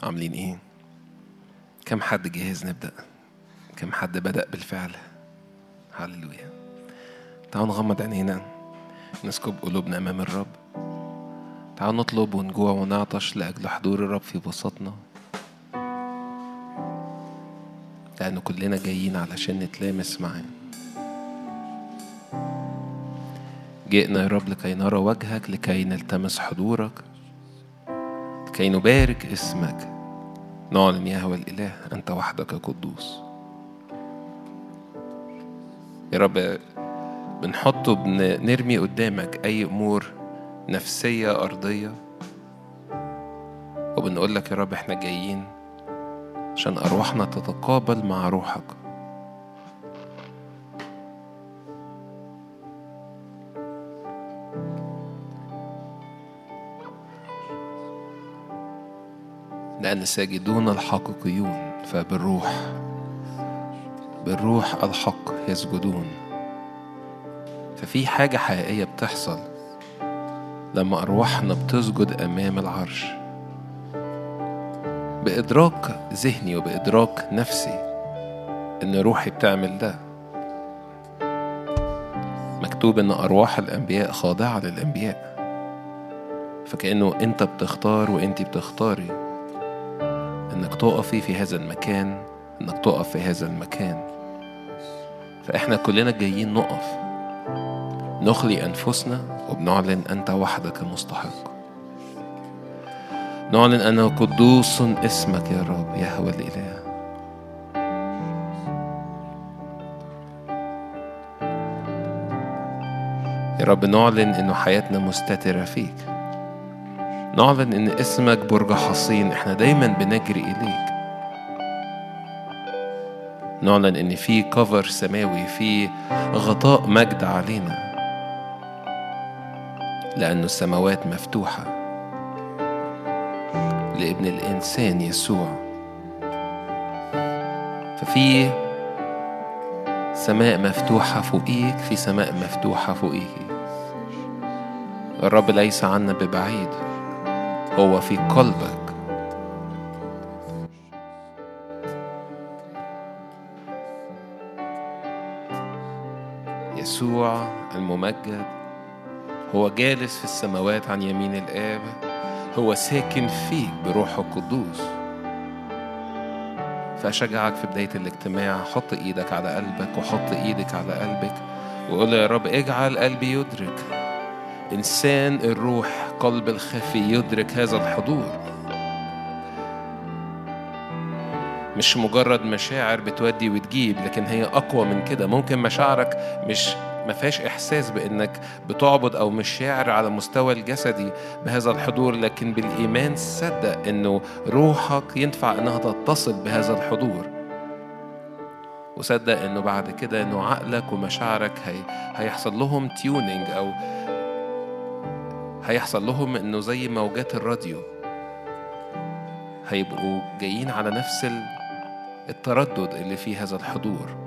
عاملين ايه؟ كم حد جاهز نبدأ؟ كم حد بدأ بالفعل؟ هللويا. تعالوا نغمض عينينا، نسكب قلوبنا أمام الرب. تعالوا نطلب ونجوع ونعطش لأجل حضور الرب في وسطنا، لأنه كلنا جايين علشان نتلامس معاه. جئنا يا رب لكي نرى وجهك، لكي نلتمس حضورك، لكي نبارك اسمك، نعلن يهوه الإله أنت وحدك قدوس. يا رب بنحطه بنرمي قدامك أي أمور نفسية أرضية، وبنقول لك يا رب احنا جايين عشان أرواحنا تتقابل مع روحك. لأن الساجدون الحقيقيون فبالروح الحق يسجدون. ففي حاجة حقيقية بتحصل لما أرواحنا بتسجد أمام العرش، بإدراك ذهني وبإدراك نفسي إن روحي بتعمل ده. مكتوب إن أرواح الأنبياء خاضعة للأنبياء، فكأنه أنت بتختار وأنتي بتختاري إنك تقفي في هذا المكان، إنك تقف في هذا المكان. فإحنا كلنا جايين نقف، نخلي أنفسنا وبنعلن أنت وحدك مستحق. نعلن أنه قدوس اسمك يا رب يهوه الإله. يا رب نعلن أنه حياتنا مستترة فيك. نعلن أن اسمك برج حصين احنا دايما بنجري إليك. نعلن أن في كفر سماوي، في غطاء مجد علينا، لأن السماوات مفتوحة لابن الإنسان يسوع. ففي سماء مفتوحة فوقيك، في سماء مفتوحة فوقيك. الرب ليس عنا ببعيد، هو في قلبك. يسوع الممجد هو جالس في السماوات عن يمين الآب، هو ساكن فيك بروحه القدوس. فأشجعك في بداية الاجتماع، حط إيدك على قلبك وحط إيدك على قلبك وقول يا رب اجعل قلبي يدرك، إنسان الروح قلب الخفي يدرك هذا الحضور. مش مجرد مشاعر بتودي وتجيب، لكن هي أقوى من كده. ممكن مشاعرك ما فيهاش إحساس بأنك بتعبد أو مش شاعر على مستوى الجسدي بهذا الحضور، لكن بالإيمان صدق أنه روحك ينفع أنها تتصل بهذا الحضور، وصدق أنه بعد كده أنه عقلك ومشاعرك هيحصل لهم تيونينج، أو هيحصل لهم أنه زي موجات الراديو هيبقوا جايين على نفس التردد اللي فيه هذا الحضور.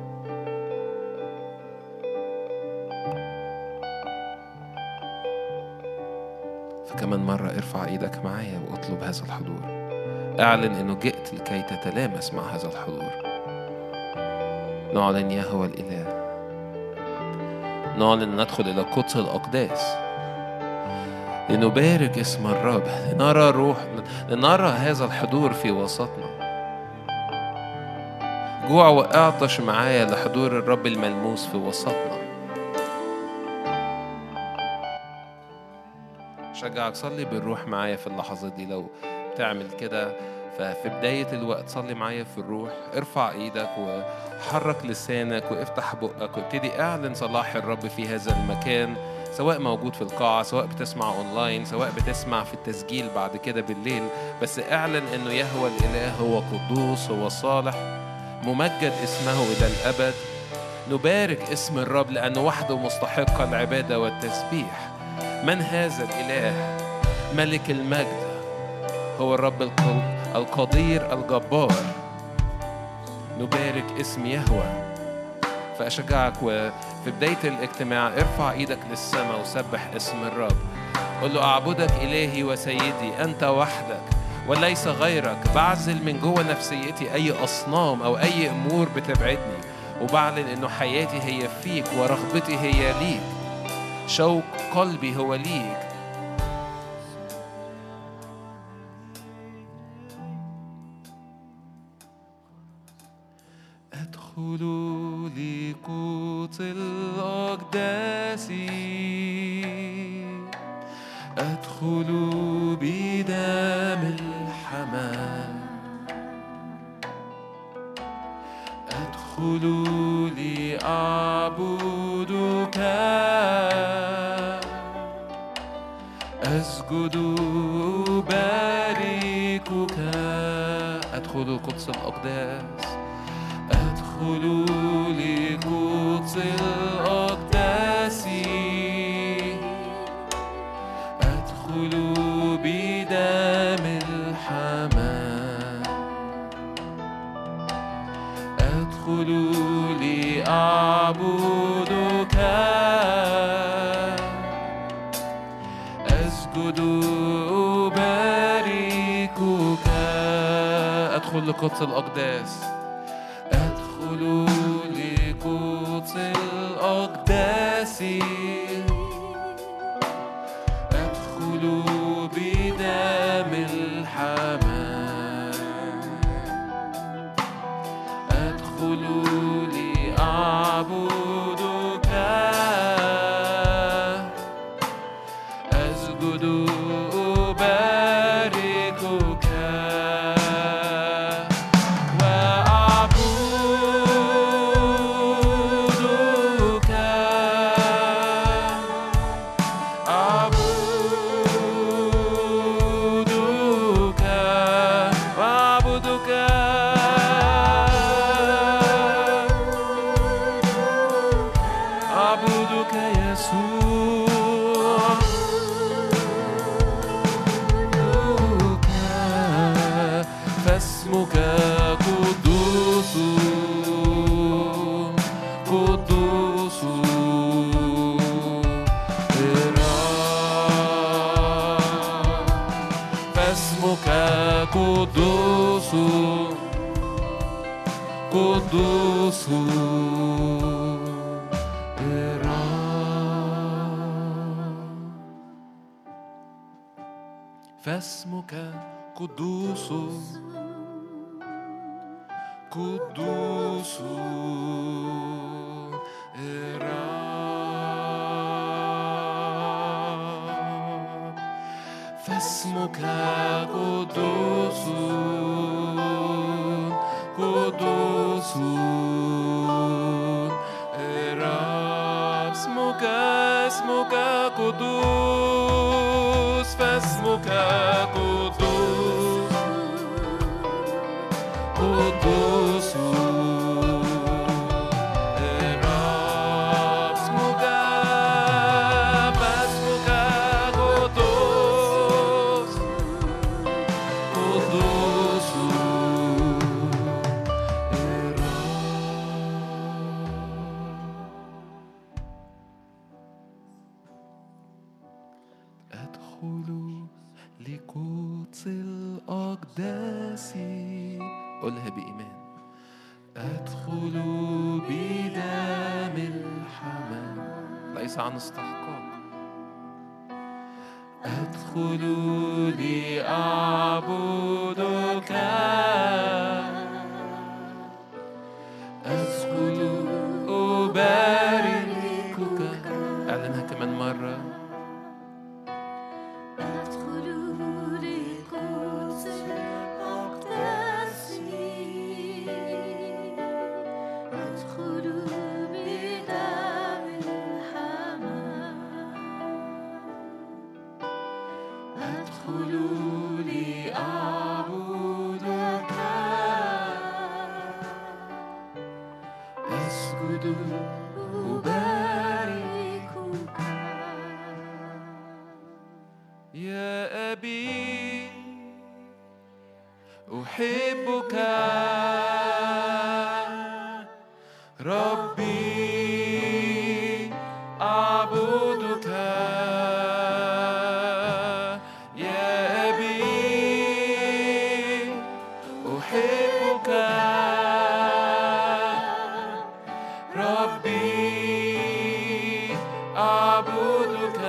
فكمان مرة ارفع ايدك معايا واطلب هذا الحضور. اعلن انه جئت لكي تتلامس مع هذا الحضور. نعلن يهوه الإله، نعلن ندخل إلى قدس الأقداس لنبارك اسم الرب، لنرى روح، لنرى هذا الحضور في وسطنا. جوع واعطش معايا لحضور الرب الملموس في وسطنا. شجعك صلي بالروح معايا في اللحظة دي. لو تعمل كده ففي بداية الوقت صلي معايا في الروح. ارفع ايدك وحرك لسانك وافتح بقك وابتدي اعلن صلاح الرب في هذا المكان، سواء موجود في القاعة، سواء بتسمع اونلاين، سواء بتسمع في التسجيل بعد كده بالليل. بس اعلن انه يهوه الإله هو قدوس، هو صالح، ممجد اسمه إلى الأبد. نبارك اسم الرب لأنه وحده مستحق العبادة والتسبيح. من هذا الإله؟ ملك المجد، هو الرب القدير الجبار. نبارك اسم يهوه. فأشجعك وفي بداية الاجتماع ارفع ايدك للسماء وسبح اسم الرب. قل له أعبدك إلهي وسيدي، أنت وحدك وليس غيرك. بعزل من جوه نفسيتي أي أصنام أو أي أمور بتبعدني، وبعلن إنه حياتي هي فيك ورغبتي هي ليك، شوق قلبي هو ليك. أدخل لقدس الأقداس، أدخل بدم الحمام، أدخل لأعبدك، أسجد أباركك. أدخل قدس الأقداس، أدخل لقدس الأقداس، أدخل بدم الحمام، أدخل لأعبدك، أسجد أباركك. أدخل لقدس الأقداس، أدخل لقدس الأقداس، أدخل بدم الحمام، أدخل لأعبدك، أسجد أباركك. قدوس قدوس فاسمك قدوس قدوس فاسمك قدوس قدوس اسمك قدوس، فاسمك قدوس قدوس قولها بإيمان. أدخل بدم الحمام ليس عن استحقاق، أدخل لأعبدك، أسجد أباركك. أعلنها كمان مرة. يا أبي أحبك ربي أعبدك، يا أبي أحبك ربي أعبدك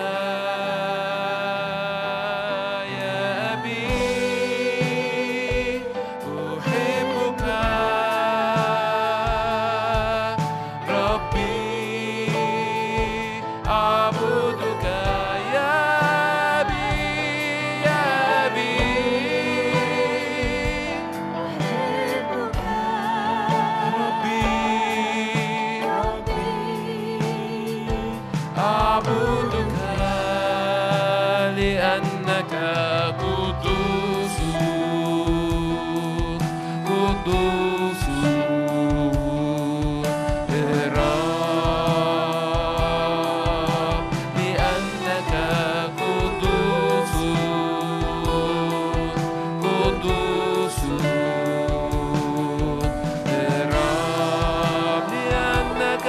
يا أبي أحبك ربي أعبدك يا أبي يا أبي أعبدك لأنك قدوس قدوس الرب لأنك قدوس قدوس الرب لأنك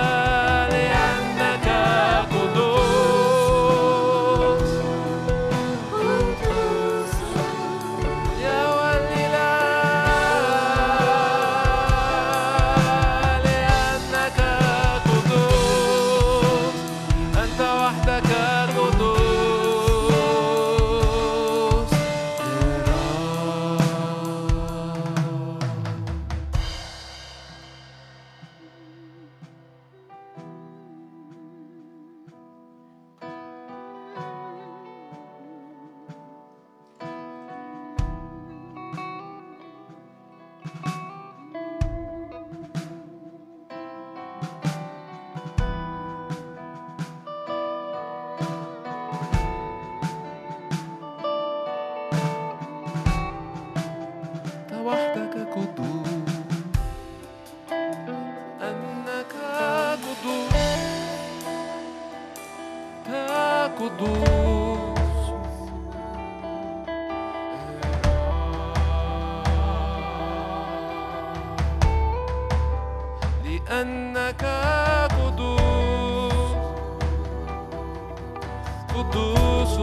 وحدك قدوس أنك قدوس لأنك قدوس قدوس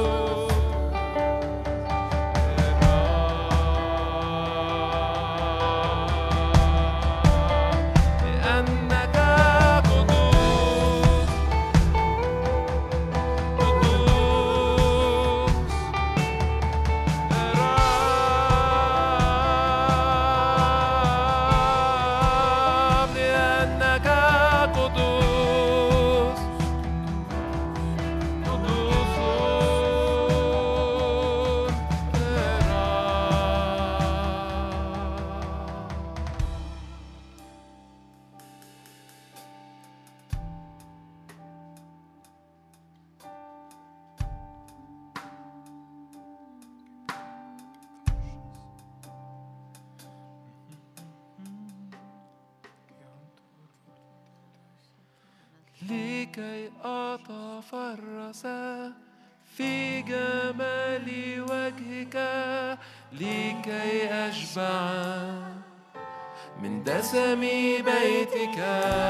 لكي أتفرس في جمال وجهك لكي أشبع من دسم بيتك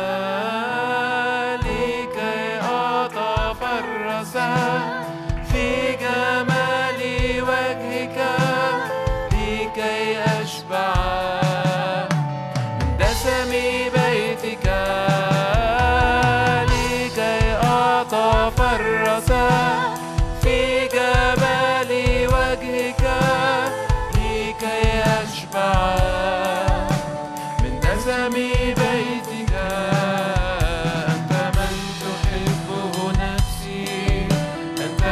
لكي أتفرس في جمال وجهك لكي أشبع من دسم بيتك أتفرس في جمال وجهك لكي أشبع من دسم بيتك أنت من تحبه نفسي أنت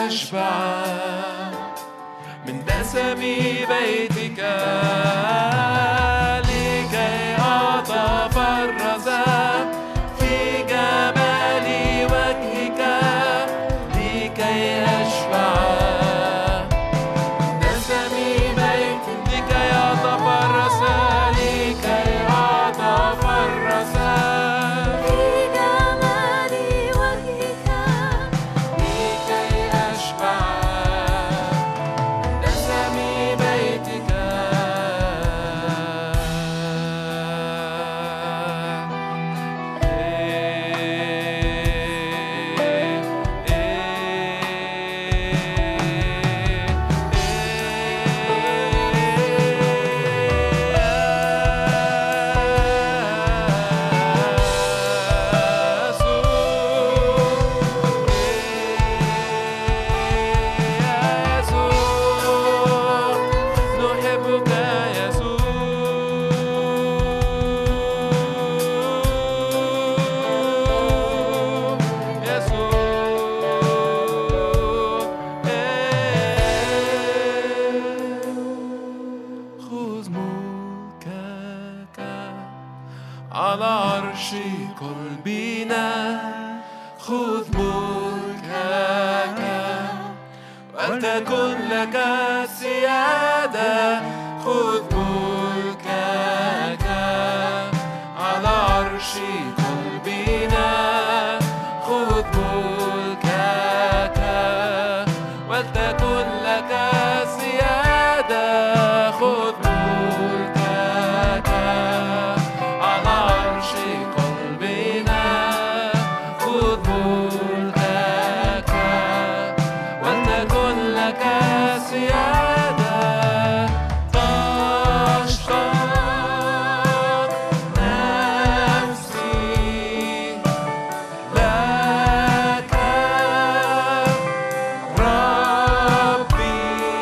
أشبع من دسم بيتك لكي أتفرس في جمال وجهك لكي أشبع من دسم بيتك لكي أتفرس لكي أتفرس في جمال وجهك لكي أشبع من دسم بيتك نحبك خذ ملكك على عرش قلبنا خذ ملكك ولتكن لك السيادة خذ ملكك على عرش قلبنا خذ ملكك ولتكن لك السيادة خذ ملكك على عرش قلبنا خذ ملكك ولتكن لك السيادة تشتاق نفسي لك ربي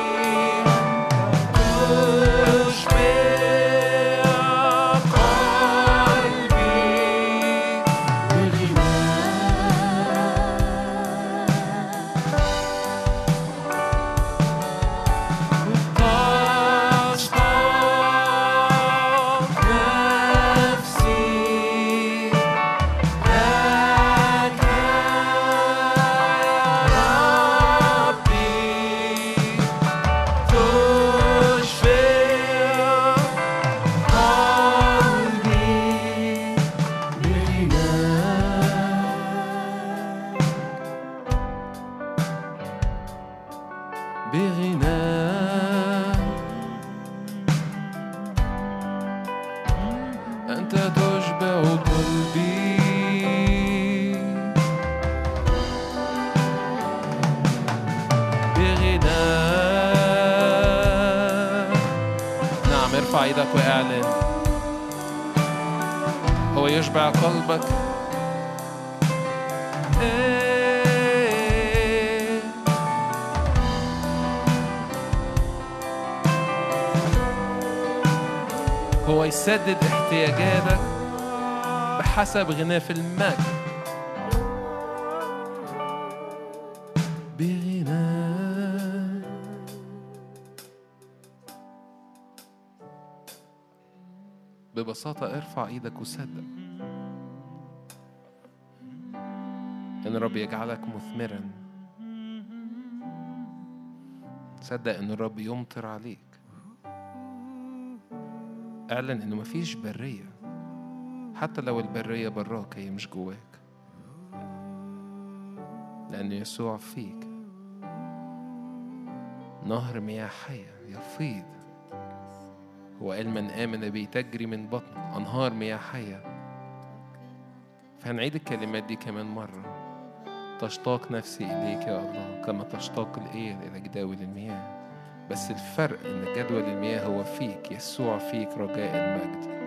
تشبع قلبي تشتاق نفسي لك يا ربي تشبع قلبي بغنى أنت تشبع قلبي بغنى. نعم ارفع ايدك واعلن هو يشبع قلبك. هو يسدد احتياجاتك بحسب غناه في المجد. بغنى ببساطة ارفع ايدك وصدق ان الرب يجعلك مثمرا. صدق ان الرب يمطر عليك. اعلن انه مفيش برية، حتى لو البرية براك هي مش جواك، لأن يسوع فيك نهر مياه حية يفيض. هو قال من آمن بي تجري من بطنه أنهار مياه حية. فهنعيد الكلمات دي كمان مرة. تشتاق نفسي إليك يا الله كما تشتاق الإيل إلى جداول المياه. بس الفرق إن جدول المياه هو فيك، يسوع فيك رجاء المجد.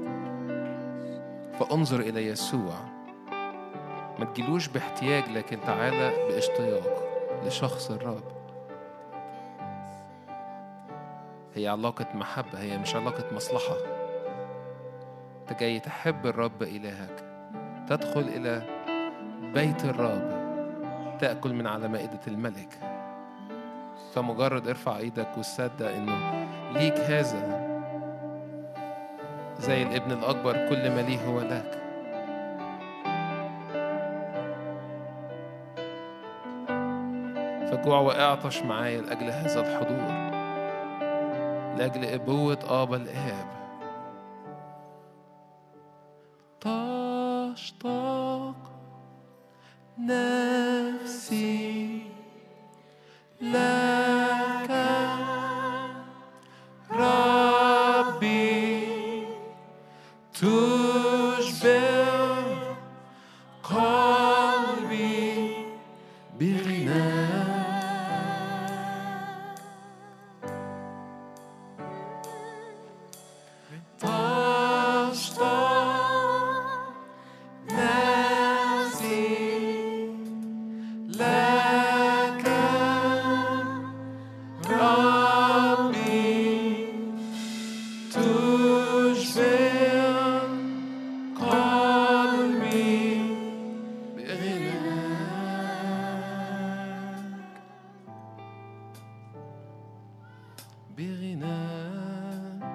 فانظر إلى يسوع، ما تجيلوش باحتياج لكن تعالى باشتياق لشخص الرب. هي علاقة محبة، هي مش علاقة مصلحة. أنت جاي تحب الرب إلهك، تدخل إلى بيت الرب، تأكل من على مائدة الملك. فمجرد ارفع ايدك وصدق انه ليك هذا، زي الابن الأكبر كل ما ليه هو لك. فجوع واعطش معايا لأجل هذا الحضور، لأجل أبوة آبا الآب. تشتاق نفسي لك ربي، تشبع قلبي بغناك. تشتاق نفسي لك ربي، تشبع قلبي بغناك بغناك.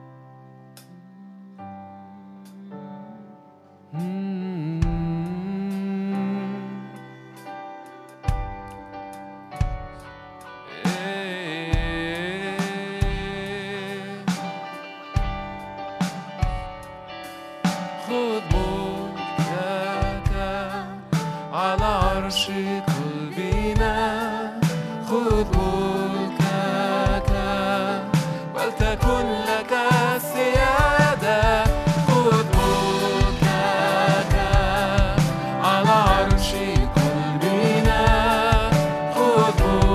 خذ ملكك على عرش قلبنا، خذ ملكك ولتكن لك السيادة. خذ ملكك على عرش قلبنا، خذ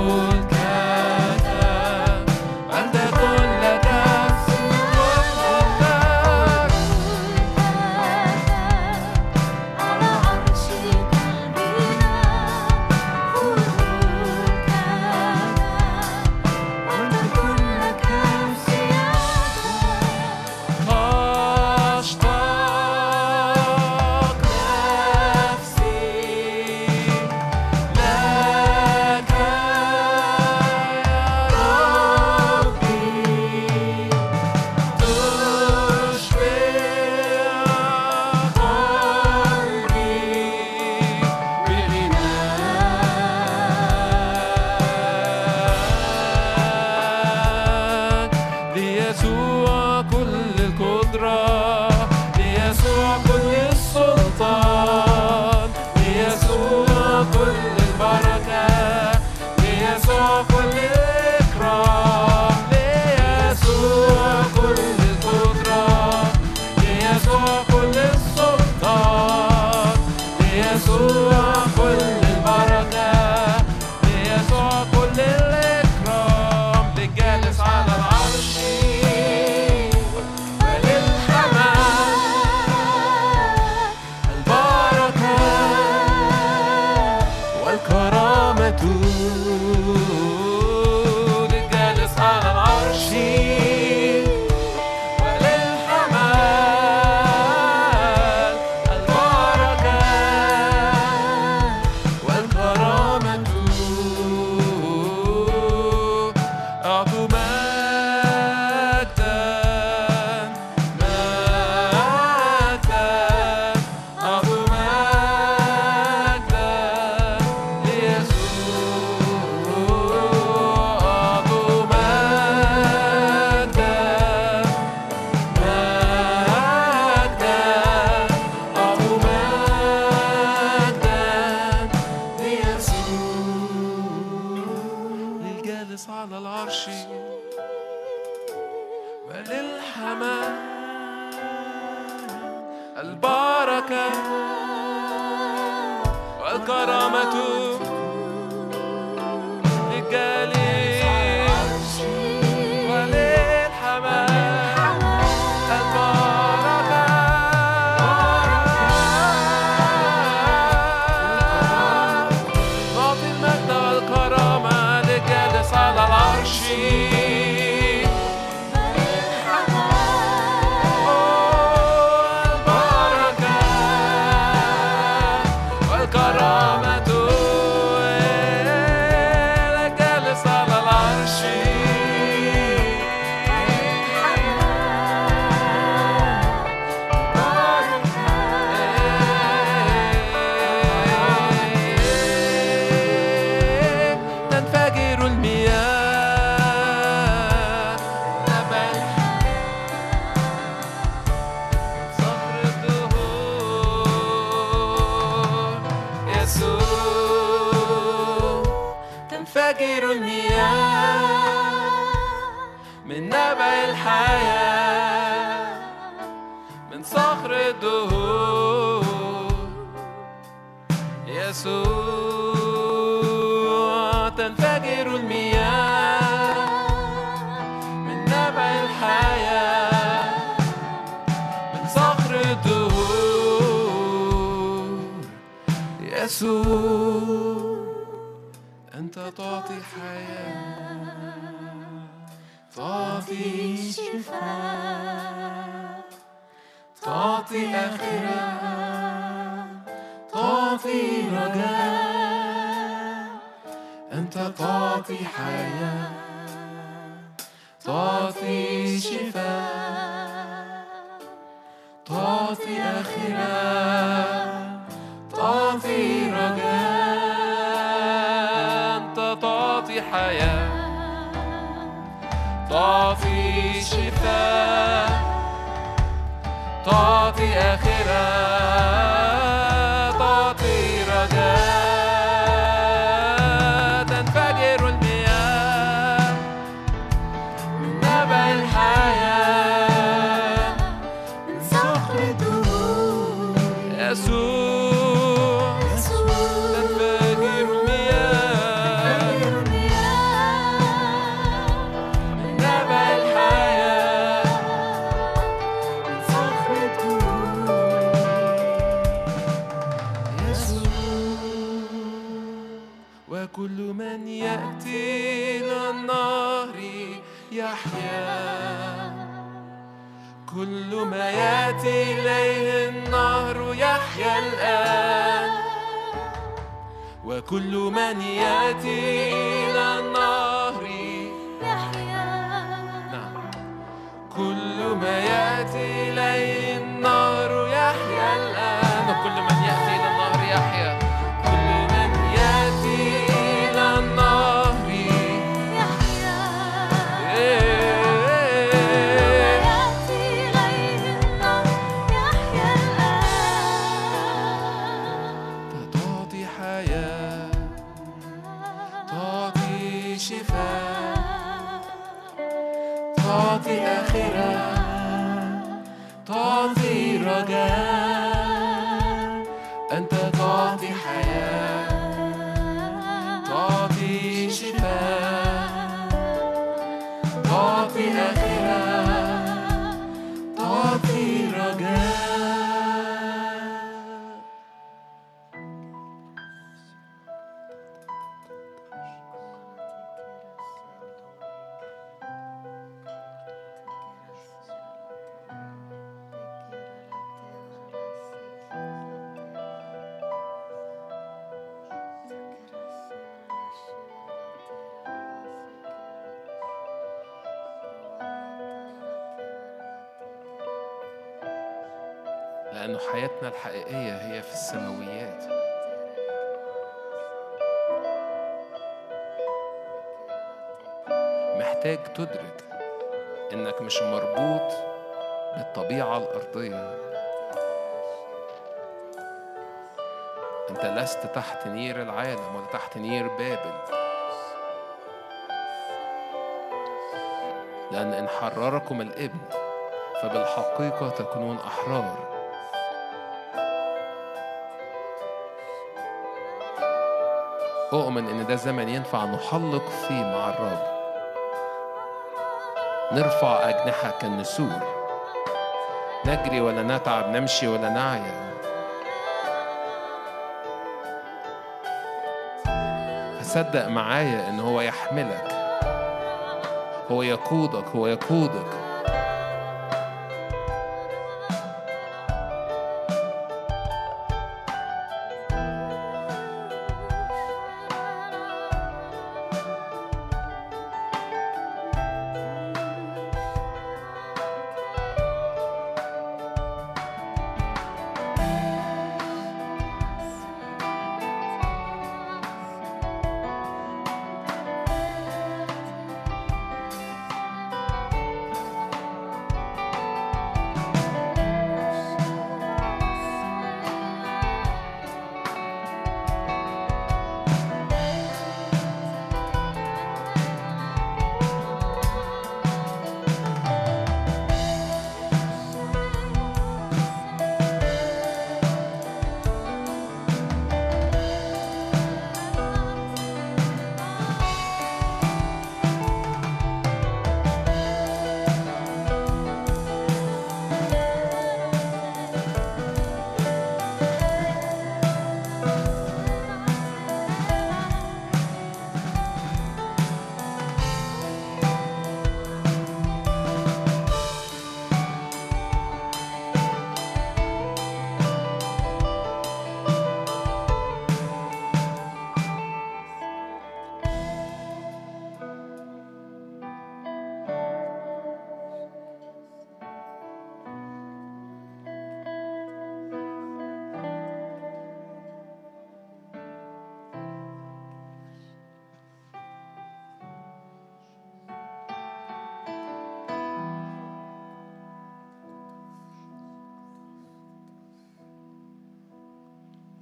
ملكك ولتكن لك الكرامة لك جالس على العرش. الدهور يسوع تنفجر المياه من نبع الحياة من صخر الدهور يسوع أنت تعطي حياة تعطي شفاء تعطي آخرة تعطي رجاء أنت تعطي حياة تعطي شفاء تعطي آخرة تعطي رجاء أنت تعطي حياة تعطي شفاء تعطي آخرة تعطي رجاء تنفجر المياه من نبع الحياة من صخر الدهور يسوع تنفجر المياه من نبع الحياة من صخر الدهور وكل من يأتي إلى النهر يحيا كل ما يأتي إليه النهر يحيا الآن وكل من يأتي إلى النهر يحيا نعم كل ما يأتي إليه النهر يحيا الآن وكل من يأتي إلى النهر يحيا كل من يأتي إلى النهر يحيا إيه. يأتي إليه النهر يحيا الآن تعطي حياة تعطي شفاء تعطي آخرة تعطي رجاء أنت تعطي حياة تعطي شفاء تعطي آخرة تعطي رجاء لأنه حياتنا الحقيقية هي في السماويات. محتاج تدرك إنك مش مربوط بالطبيعة الأرضية. أنت لست تحت نير العالم ولا تحت نير بابل، لأن إن حرركم الابن فبالحقيقة تكونون أحرار. أؤمن إن ده زمن ينفع نحلق فيه مع الرب، نرفع أجنحة كالنسور، نجري ولا نتعب، نمشي ولا نعيا. فصدق معايا إن هو يحملك، هو يقودك، هو يقودك.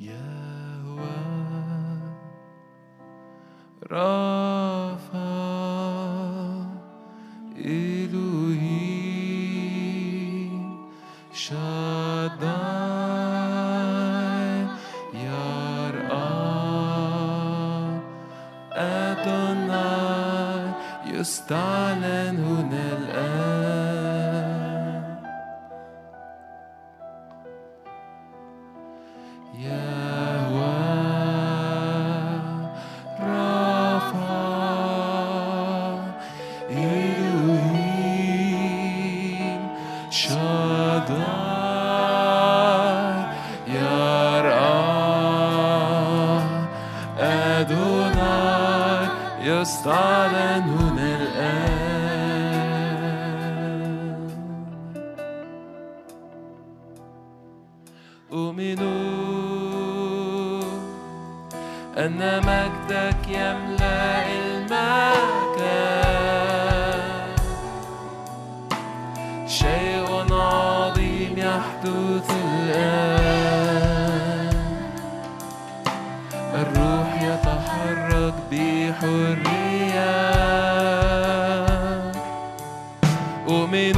يهوه رافع إلهيم شاداي يرأى أدوناي يستعلن هنا الآن يهوه رافع إلهيم شاداي يرأى أدوناي يستعلن هنا الآن أؤمن أن مجدك يملأ المكان شيء عظيم يحدث الآن الروح يتحرك بحرية أؤمن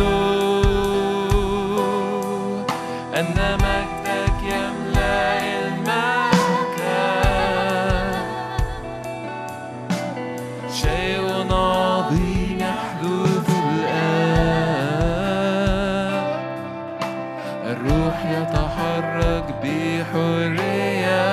أن مجدك يملأ المكان شيء عظيم يحدث الآن الروح يتحرك بحرية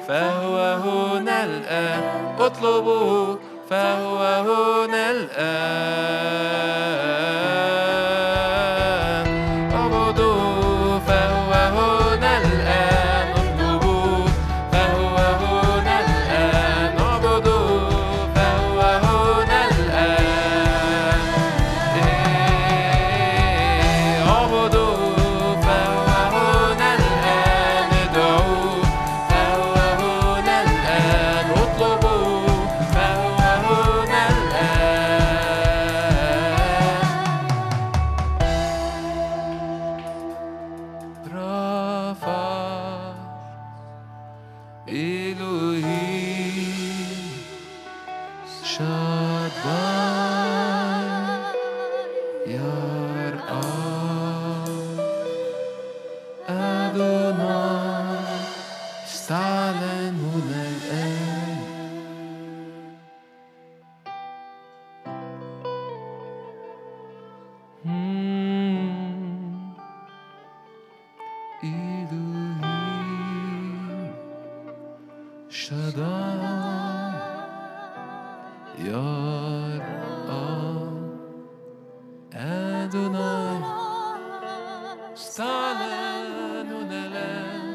فهو هنا الآن. اطلبوا فهو هنا الآن. اعبدوا فهو هنا الآن. اطلبوا فهو هنا الآن. اعبدوا فهو هنا الآن. اعبدوا فهو هنا الآن. ادعوا فهو هنا الآن. اطلبوا فهو هنا الآن. رفع إلهي شداي يرأى أدوناي استعلن هنا الآن. إلهي شداي يرأى أدوناي استعلن هنا الآن.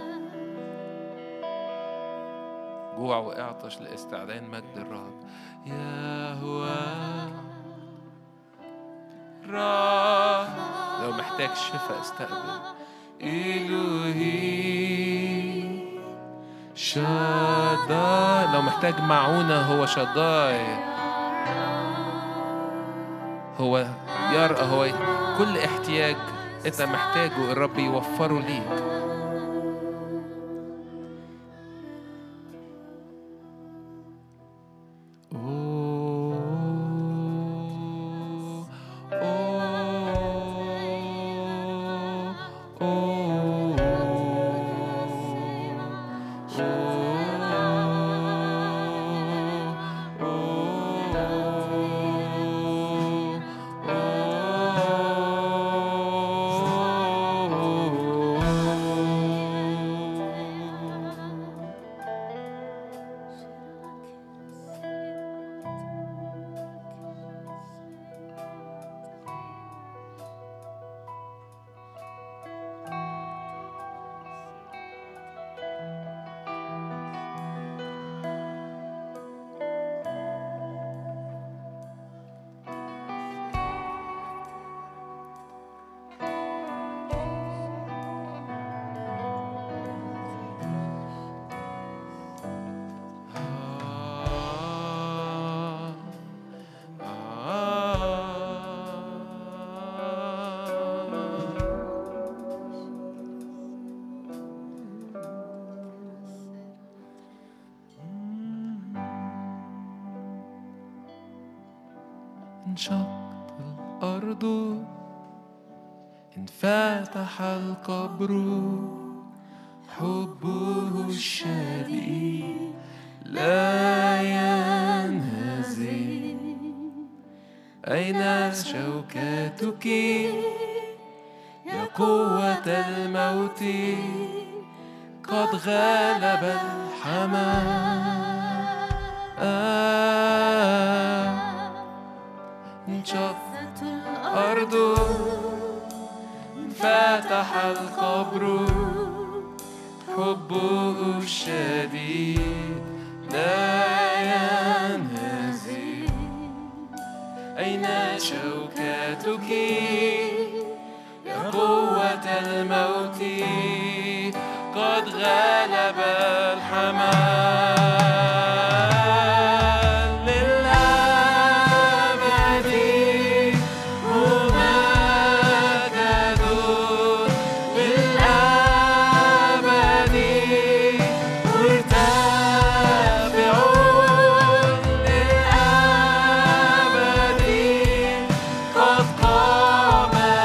جوع واعطش لاستعلان مجد الرب. يهوه رب. لو محتاج شفاء استقبل. إلهي شداي. لو محتاج معونة هو شداي. هو يرأى. هو كل احتياج انت محتاجه الرب يوفره ليك. انشقت الأرض انفتح القبر حبه الشديد لا ينهزم. أين شوكتك يا قوة الموت؟ قد غلب الحمام. انشقت الأرض انفتح القبر حبه الشديد لا ينهزم. أين شوكتك يا قوة الموت؟ قد غلب الحمام. قد قام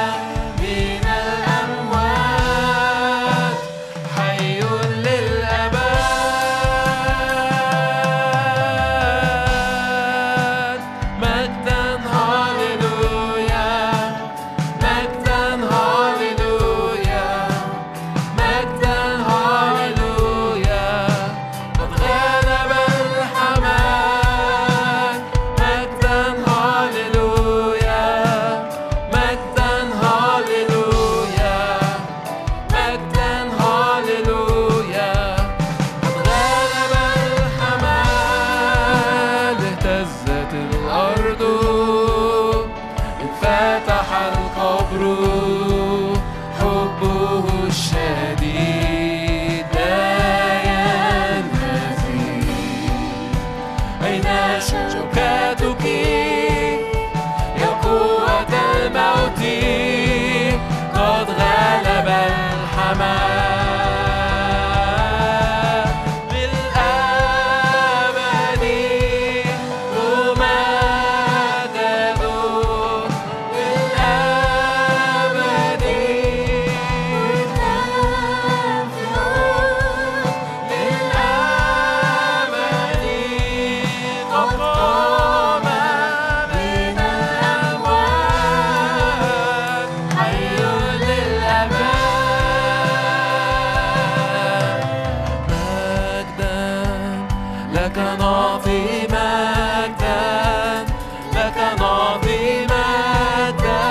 حبه الشديد لا ينتهي. أين شوكتك يا قوة الموت؟ قد غلب الحمام للأبد ممجد، للأبد للأبد قد قام من الأموات، حي للأبد. مجدا لك نعطي مجدا، لك نعطي مجدا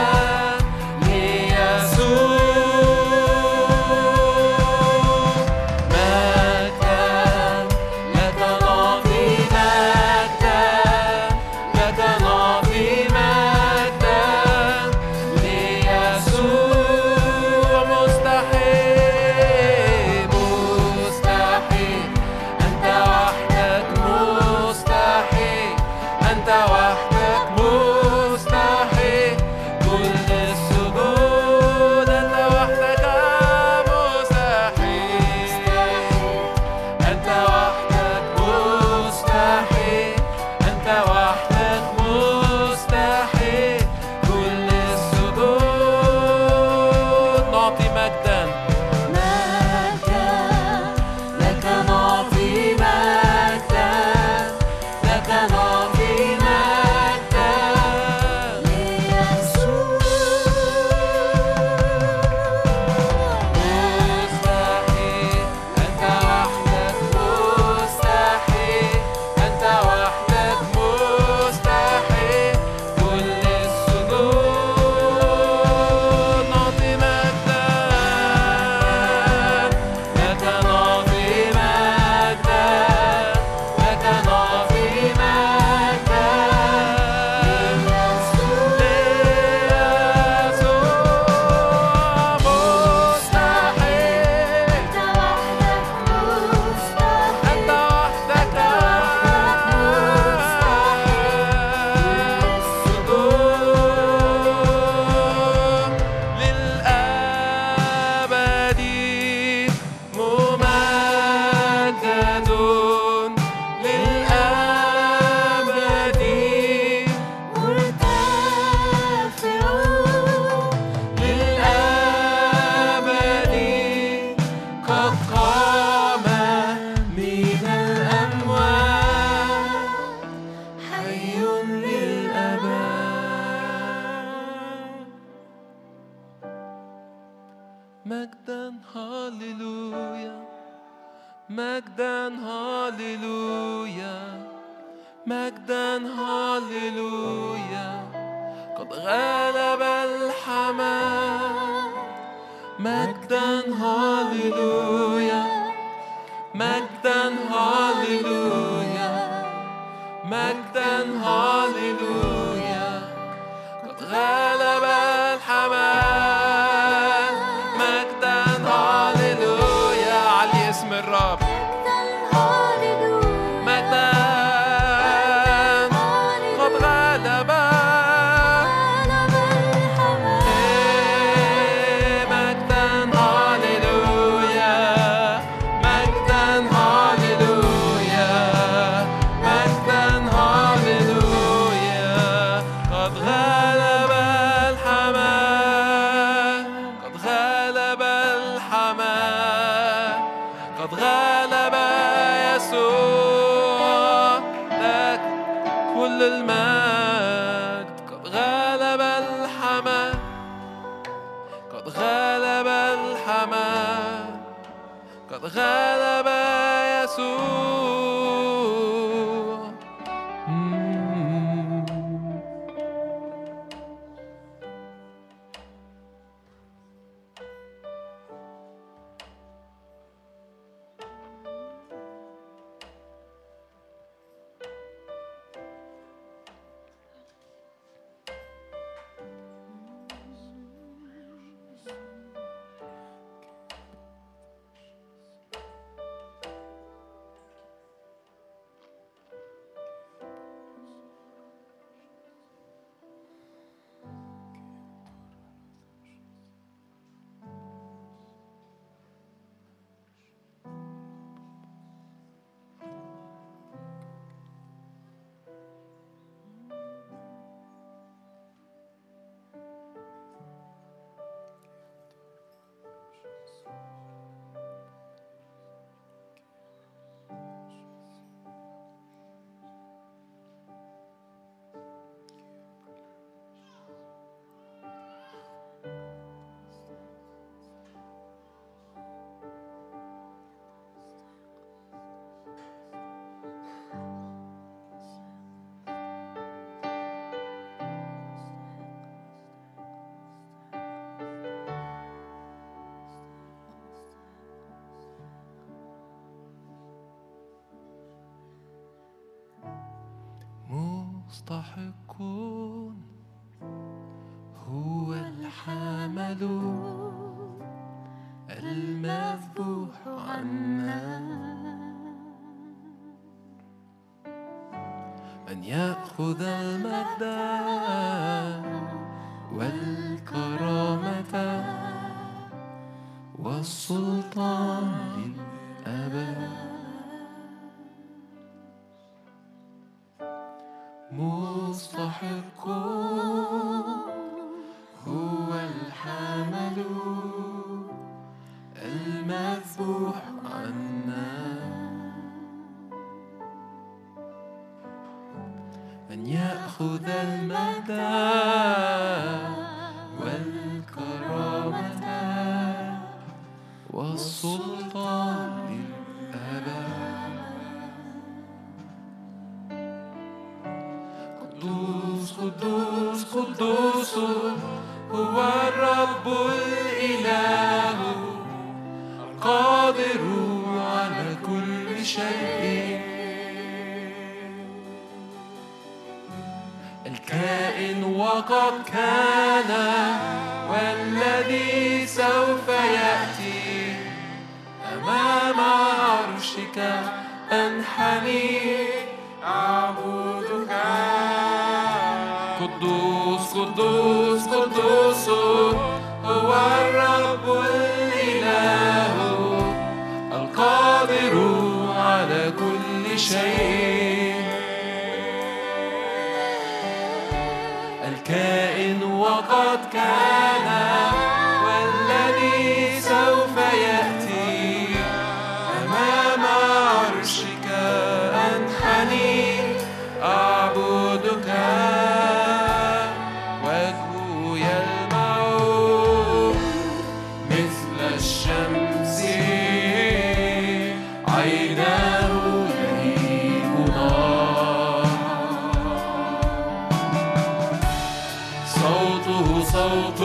ليسوع. مجدا لك نعطي مجدا، لك نعطي مجدا ليسوع. مستحيل مستحيل أنت وحدك، مستحيل أنت وحدك، مستحيل كل السجود. أنت وحدك مستحيل، أنت وحدك مستحيل، أنت وحدك مستحيل كل السجود. نعطي مجدا لك نعطي مجدا، لك نعطي مجدا مستحيل أنت وحدك، مستحيل أنت وحدك مستحيل كل السجود. نعطي مجدا لك، نعطي مجدا لك، نعطي مجدا ليسوع. مستحيل أنت وحدك السجود للأبد ممجد، للأبد للأبد قد قام من الأموات، حي للأبد. مجدا هاليلويا، مجدا هاليلويا، مجدا هاليلويا قد غلب الحمام. مجدا هاليلويا، مجدا هاليلويا، مجدا هاليلويا قد غلب الحمام. مجدا هاليلويا، علي اسم الرب. مجدا قد غلب مجدا هاليلويا، مجدا هاليلويا، مجدا هاليلويا قد غلب الحمام، قد غلب الحمام، قد غلب يسوع. لك كل المجد. قد غلب الحمام، قد غلب الحمام، قد غلب يسوع. مستحق هو الحامل المذبوح عنا أن يأخذ المجد والكرامة والسلطان للأبد مستحق هو الحامل المذبوح عنا أن يأخذ المجد والكرامة والسلطان للأبد قدوس قدوس قدوس هو الرب الإله القادر على كل شيء الكائن وقد كان والذي سوف يأتي أمام عرشك أنحني أعبدك قدوس قدوس قدوس هو الرب الإله القادر على كل شيء الكائن وقد كان والذي سوف يأتي أمام عرشك أنحني أعبدك وجهه يلمع مثل الشمس عيناه لهيب نار صوته صوت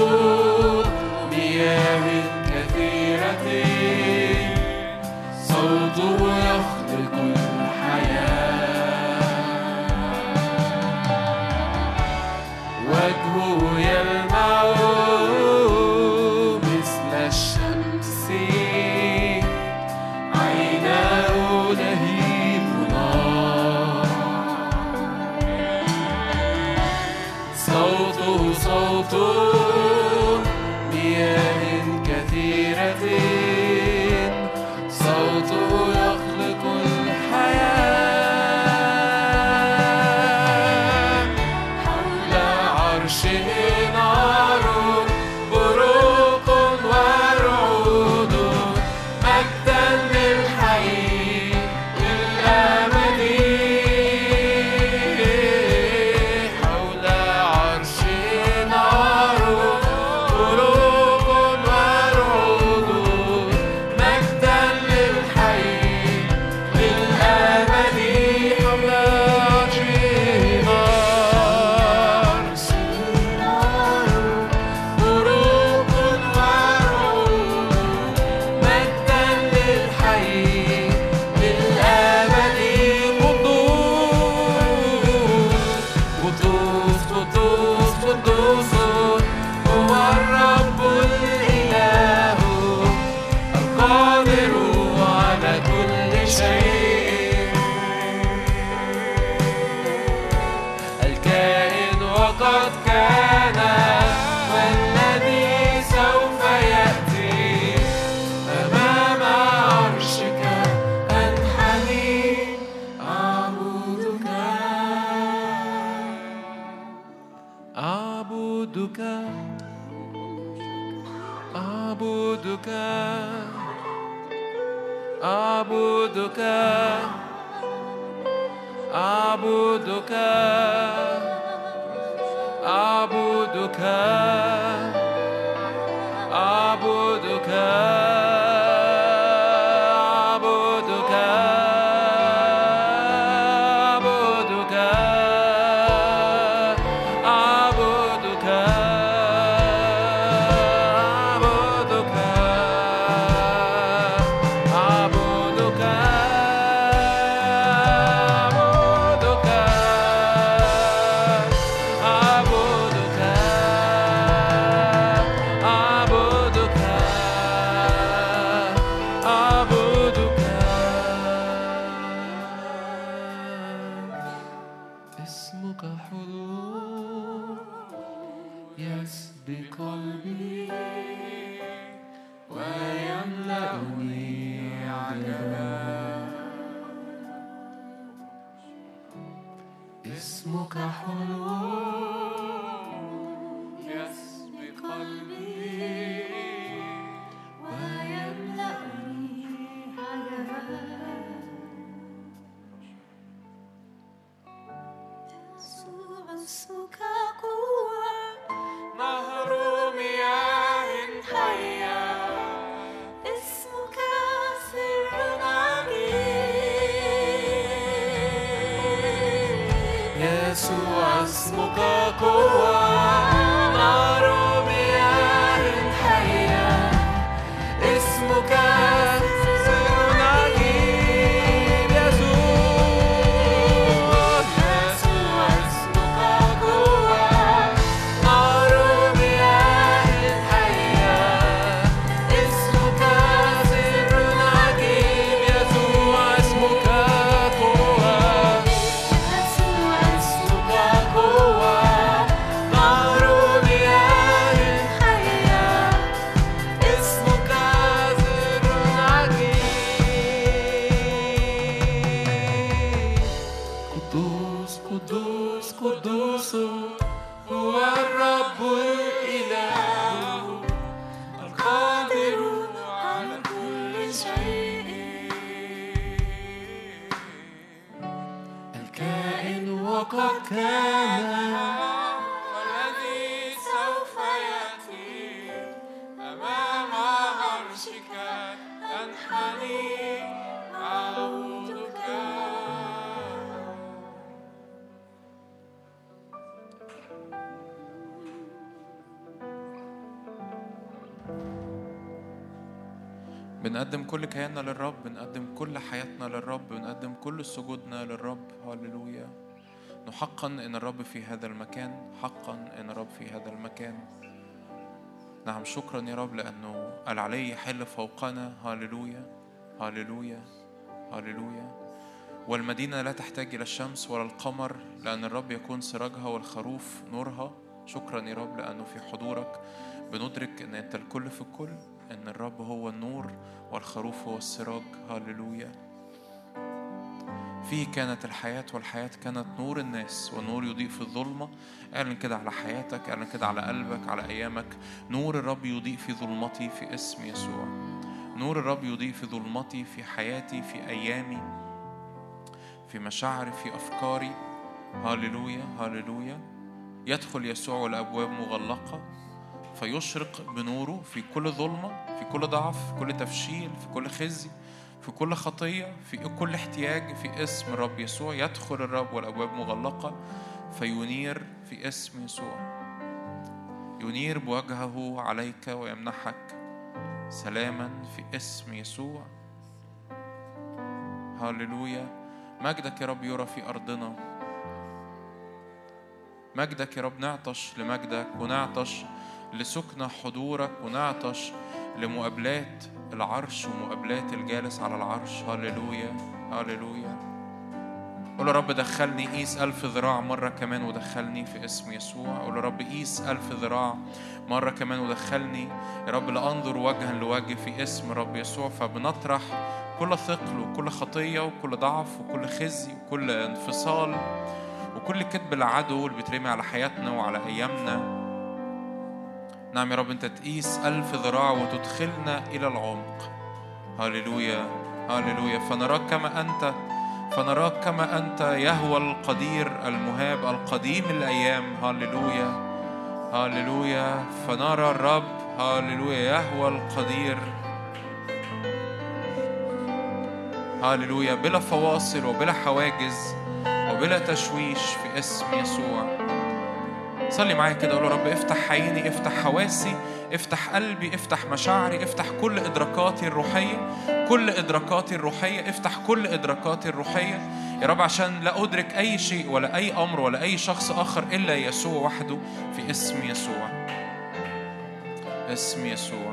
مياه كثيرة صوته يخلق الحياة وجهه يلمع مثل الشمس عيناه لهيب نار صوته صوت مياه كثيرة صوته يخلق الحياة حول عرشه نار بروق ورعود مجدا للحي للأبد حول عرشه نار بروق ورعود مجدا للحي للأبد حول عرشه نار بروق ورعود مجدا للحي للأبد قدوس قدوس قدوس هو الرب الإله القادر على كل شيء الكائن وقد كان والذي سوف يأتي أمام عرشك أنحني أعبدك أعبدك أعبدك أعبدك أعبدك أعبدك أعبدك أعبدك أعبدك أعبدك أعبدك أعبدك قلبي ويملأني عجبا. اسمك حلو يسبي قلبي ويملأني عجبا. يسوع اسمك قوة نهر مياه حية. اسمك سر عجيب. يسوع اسمك قوة نهر مياه حية. اسمك سر عجيب. يسوع اسمك قوة نهر مياه حية. اسمك سر عجيب. يسوع اسمك قوة. يسوع اسمك قوة نهر مياه حية. اسمك سر عجيب. قدوس قدوس قدوس هو الرب الإله القادر على كل شيء. الكائن وقد كان والذي سوف يأتي. أمام عرشك أنحني أعبدك. بنقدم كل كياننا للرب، بنقدم كل حياتنا للرب، بنقدم كل سجودنا للرب. هللويا. حقا ان الرب في هذا المكان، حقا ان الرب في هذا المكان. نعم، شكرا يا رب لانه العلي يحل فوقنا. هللويا هللويا هللويا. والمدينة لا تحتاج إلى الشمس ولا القمر، لأن الرب يكون سراجها والخروف نورها. شكرا يا رب لأنه في حضورك بندرك أن أنت الكل في الكل، أن الرب هو النور والخروف هو السراج. هاللويا. فيه كانت الحياة والحياة كانت نور الناس، والنور يضيء في الظلمة. اعلن كده على حياتك، اعلن كده على قلبك، على أيامك. نور الرب يضيء في ظلمتي في اسم يسوع. نور الرب يضيء في ظلمتي، في حياتي، في أيامي، في مشاعري، في أفكاري. هاللويا هاللويا. يدخل يسوع والأبواب مغلقة فيشرق بنوره في كل ظلمة، في كل ضعف، في كل تفشيل، في كل خزي، في كل خطية، في كل احتياج. في اسم الرب يسوع يدخل الرب والأبواب مغلقة فينير في اسم يسوع. ينير بوجهه عليك ويمنحك سلاما في اسم يسوع. هاللويا. مجدك يا رب يرى في أرضنا. مجدك يا رب. نعطش لمجدك ونعطش لسكن حضورك ونعطش لمقابلات العرش ومقابلات الجالس على العرش. هاللويا هاللويا. قول يا رب دخلني، قيس 1000 ذراع مرة كمان ودخلني في اسم يسوع. قول يا رب قيس 1000 ذراع مرة كمان ودخلني يا رب لأنظر وجها لوجه في اسم رب يسوع. فبنطرح كل ثقل وكل خطية وكل ضعف وكل خزي وكل انفصال وكل كذب العدو اللي بيترمي على حياتنا وعلى أيامنا. نعم يا رب، أنت تقيس 1000 ذراع وتدخلنا إلى العمق. هاللويا هاللويا. فنراك كما أنت يهوى القدير المهاب القديم الأيام. هاللويا هاللويا. فنرى الرب هاللويا يهوى القدير. هاللويا. بلا فواصل وبلا حواجز وبلا تشويش في اسم يسوع. صلي معايا كده، قول يا رب افتح عيني، افتح حواسي، افتح قلبي، افتح مشاعري، افتح كل إدراكاتي الروحية، كل إدراكاتي الروحية، افتح كل إدراكاتي الروحية يا رب، عشان لا أدرك أي شيء ولا أي أمر ولا أي شخص آخر إلا يسوع وحده في اسم يسوع. اسم يسوع.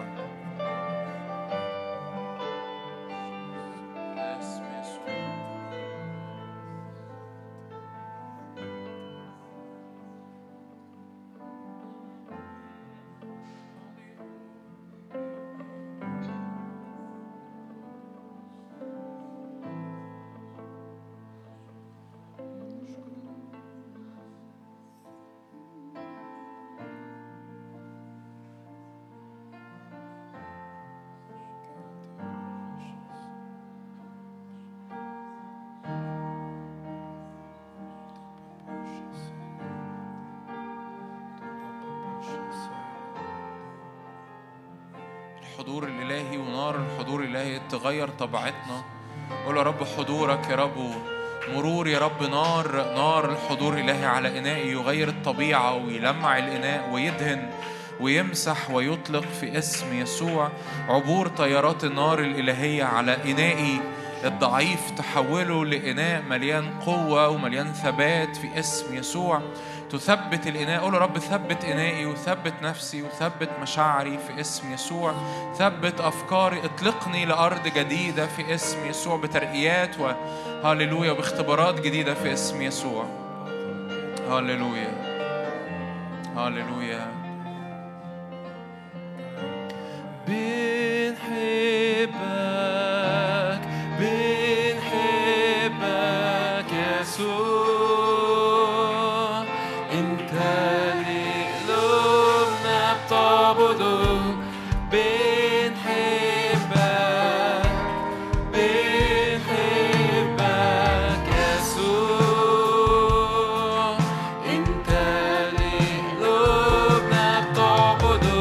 الحضور الإلهي ونار الحضور الإلهي تغير طبيعتنا. قول يا رب حضورك يا رب، مرور يا رب، نار الحضور الإلهي على إنائي يغير الطبيعة ويلمع الإناء ويدهن ويمسح ويطلق في اسم يسوع. عبور طيارات النار الإلهية على إنائي الضعيف تحوله لإناء مليان قوة ومليان ثبات في اسم يسوع. تثبت الإناء. قول يا رب ثبت إنائي وثبت نفسي وثبت مشاعري في اسم يسوع. ثبت أفكاري. اطلقني لأرض جديدة في اسم يسوع بترقيات هاليلويا باختبارات جديدة في اسم يسوع. هاليلويا هاليلويا. بنحبك بنحبك يسوع، انت اللي قلوبنا بتعبده. بنحبك بنحبك يسوع، انت اللي قلوبنا بتعبده.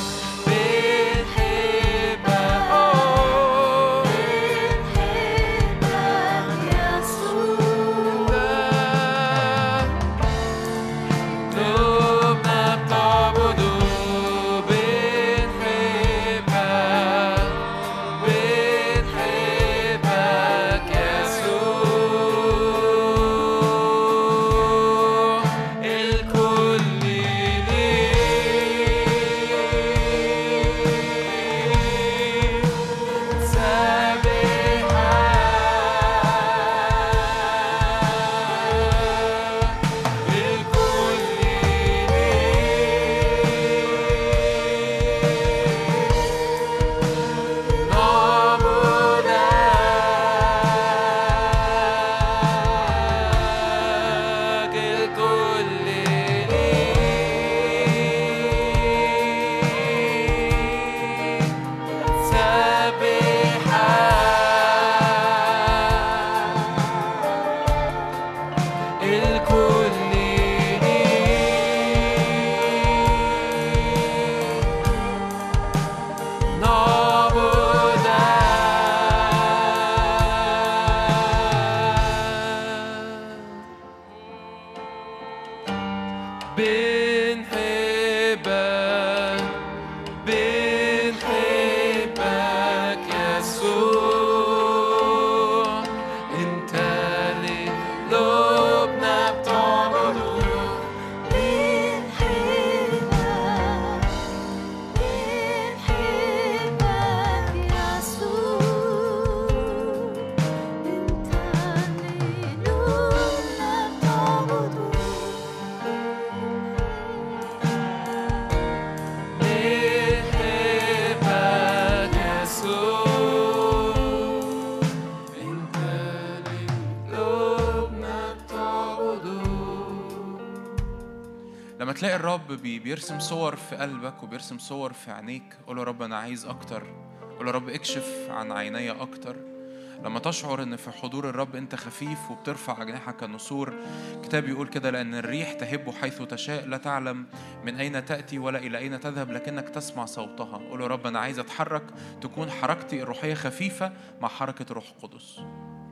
تلاقي الرب بيرسم صور في قلبك وبيرسم صور في عينيك. قول يا رب أنا عايز أكتر. قول يا رب اكشف عن عيني أكتر. لما تشعر إن في حضور الرب أنت خفيف وبترفع أجنحك كالنسور، كتاب يقول كده لأن الريح تهب حيث تشاء، لا تعلم من أين تأتي ولا إلى أين تذهب لكنك تسمع صوتها. قول يا رب أنا عايز أتحرك، تكون حركتي الروحية خفيفة مع حركة الروح القدس.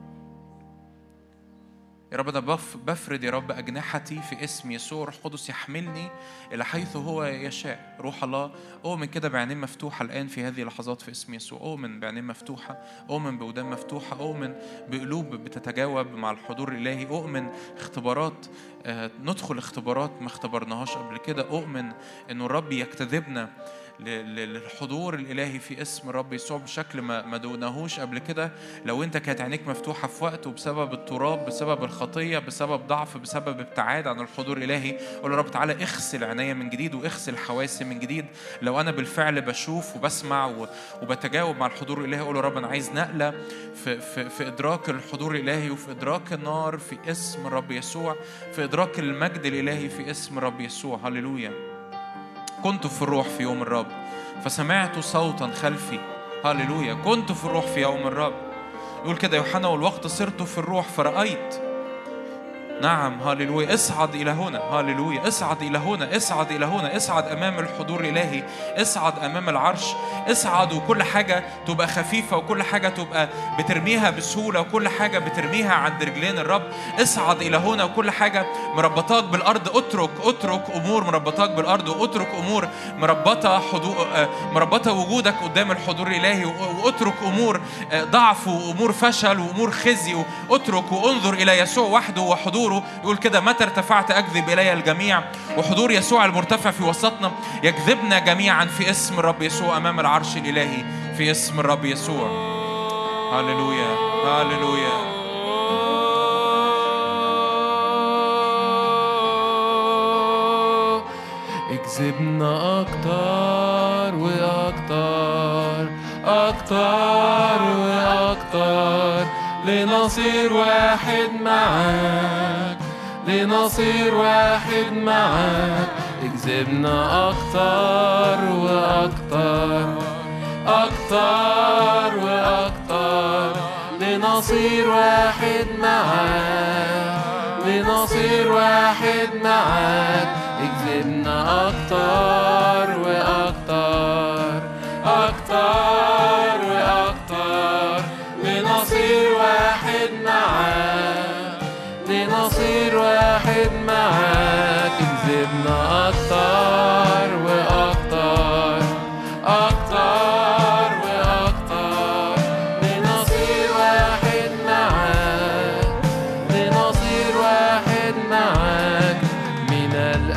يا رب أنا بفرد يا رب أجنحتي في اسم يسوع. روح قدس يحملني إلى حيث هو يشاء. روح الله أؤمن كده بعينين مفتوحة الآن في هذه اللحظات في اسم يسوع. أؤمن بعينين مفتوحة، أؤمن بودان مفتوحة، أؤمن بقلوب بتتجاوب مع الحضور الإلهي، أؤمن اختبارات ندخل اختبارات ما اختبرناهاش قبل كده. أؤمن إنه الرب يجتذبنا للحضور الإلهي في اسم الرب يسوع بشكل ما دوناهوش قبل كده. لو أنت كانت عينيك مفتوحة في وقت وبسبب التراب، بسبب الخطية، بسبب ضعف، بسبب ابتعاد عن الحضور الإلهي، قول يا رب تعالى اغسل عينيا من جديد واغسل حواسي من جديد. لو أنا بالفعل بشوف وبسمع وبتجاوب مع الحضور الإلهي، قول يا رب أنا عايز نقلة في إدراك الحضور الإلهي وفي إدراك النار في اسم الرب يسوع، في إدراك المجد الإلهي في اسم الرب يسوع. هللويا. كنت في الروح في يوم الرب فسمعت صوتا خلفي. هللويا. كنت في الروح في يوم الرب. يقول كده يوحنا والوقت صرت في الروح فرأيت نعم هاليلويا. اصعد إلى هنا. هاليلويا. اصعد إلى هنا. اصعد إلى هنا. اصعد أمام الحضور الإلهي. اصعد أمام العرش. اصعد وكل حاجة تبقى خفيفة وكل حاجة تبقى بترميها بسهولة وكل حاجة بترميها عند رجلين الرب. اصعد إلى هنا وكل حاجة مربطاك بالأرض اترك أمور مربطاك بالأرض واترك أمور مربطة وجودك قدام الحضور الإلهي واترك أمور ضعف وأمور فشل وأمور خزي واترك وانظر إلى يسوع وحده وحضوره. يقول كده متى ارتفعت أجذب إلي الجميع. وحضور يسوع المرتفع في وسطنا يجذبنا جميعا في اسم الرب يسوع أمام العرش الإلهي في اسم الرب يسوع. هاليلويا هاليلويا. اجذبنا أكتر وأكتر أكتر وأكتر لنصير واحد معاك لنصير واحد معاك. اجذبنا أكتر وأكتر أكتر وأكتر لنصير واحد معاك لنصير واحد معاك. اجذبنا أكتر وأكتر أكتر وأكتر لنصير واحد معاك لنصير واحد معاك. اجذبنا أكتر وأكتر أكتر وأكتر لنصير واحد معاك لنصير واحد معاك. من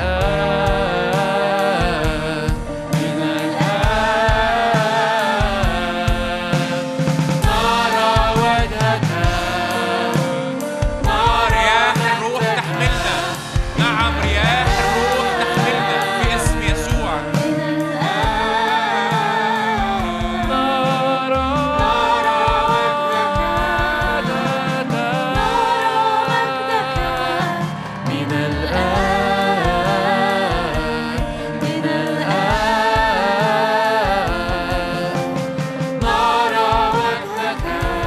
الآن من الآن نرى وجهك رياح الروح تحملنا. نعم رياح الروح تحملنا في اسم يسوع. من الآن من الآن نرى وجهك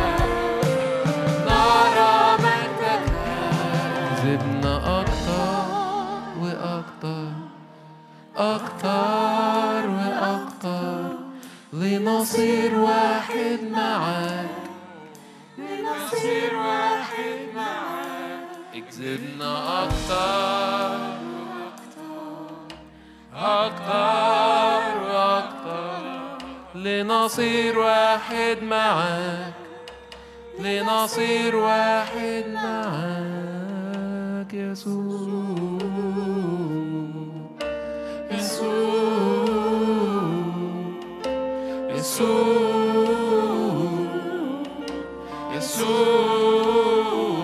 نرى مجدك. زدنا أكتر وأكتر أكتر وأكتر لنصير واحد معاك لنصير واحد معاك. اجذبنا أكتر أكتر وأكتر لنصير واحد معاك لنصير واحد معاك. يسوع يسوع يسوع يسوع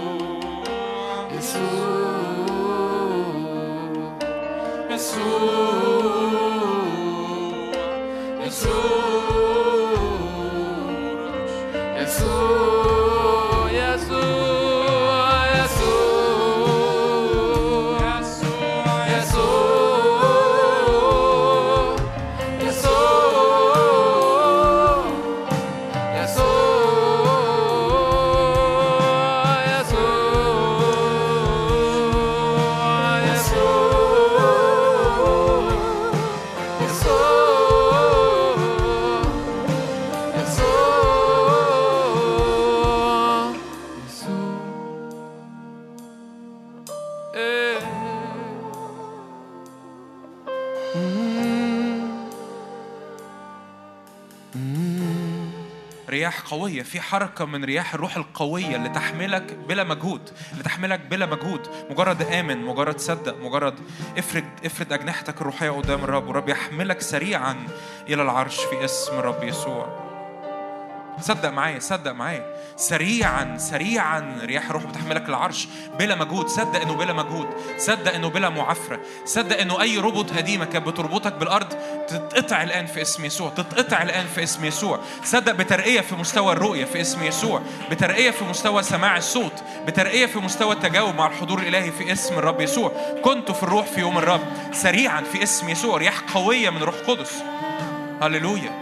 رياح قوية، في حركة من رياح الروح القوية اللي تحملك بلا مجهود، اللي تحملك بلا مجهود. مجرد آمن، مجرد صدق، مجرد افرد أجنحتك الروحية قدام الرب، والرب يحملك سريعا إلى العرش في اسم الرب يسوع. صدق معايا، صدق معايا. سريعا سريعا رياح الروح بتحملك للعرش بلا مجهود. صدق انه بلا مجهود، صدق انه بلا معافرة، صدق انه اي ربط قديمة كانت بتربطك بالارض تتقطع الان في اسم يسوع، تتقطع الان في اسم يسوع. صدق بترقية في مستوى الرؤية في اسم يسوع، بترقية في مستوى سماع الصوت، بترقية في مستوى التجاوب مع الحضور الالهي في اسم الرب يسوع. كنت في الروح في يوم الرب، سريعا في اسم يسوع رياح قوية من روح قدس. هللويا.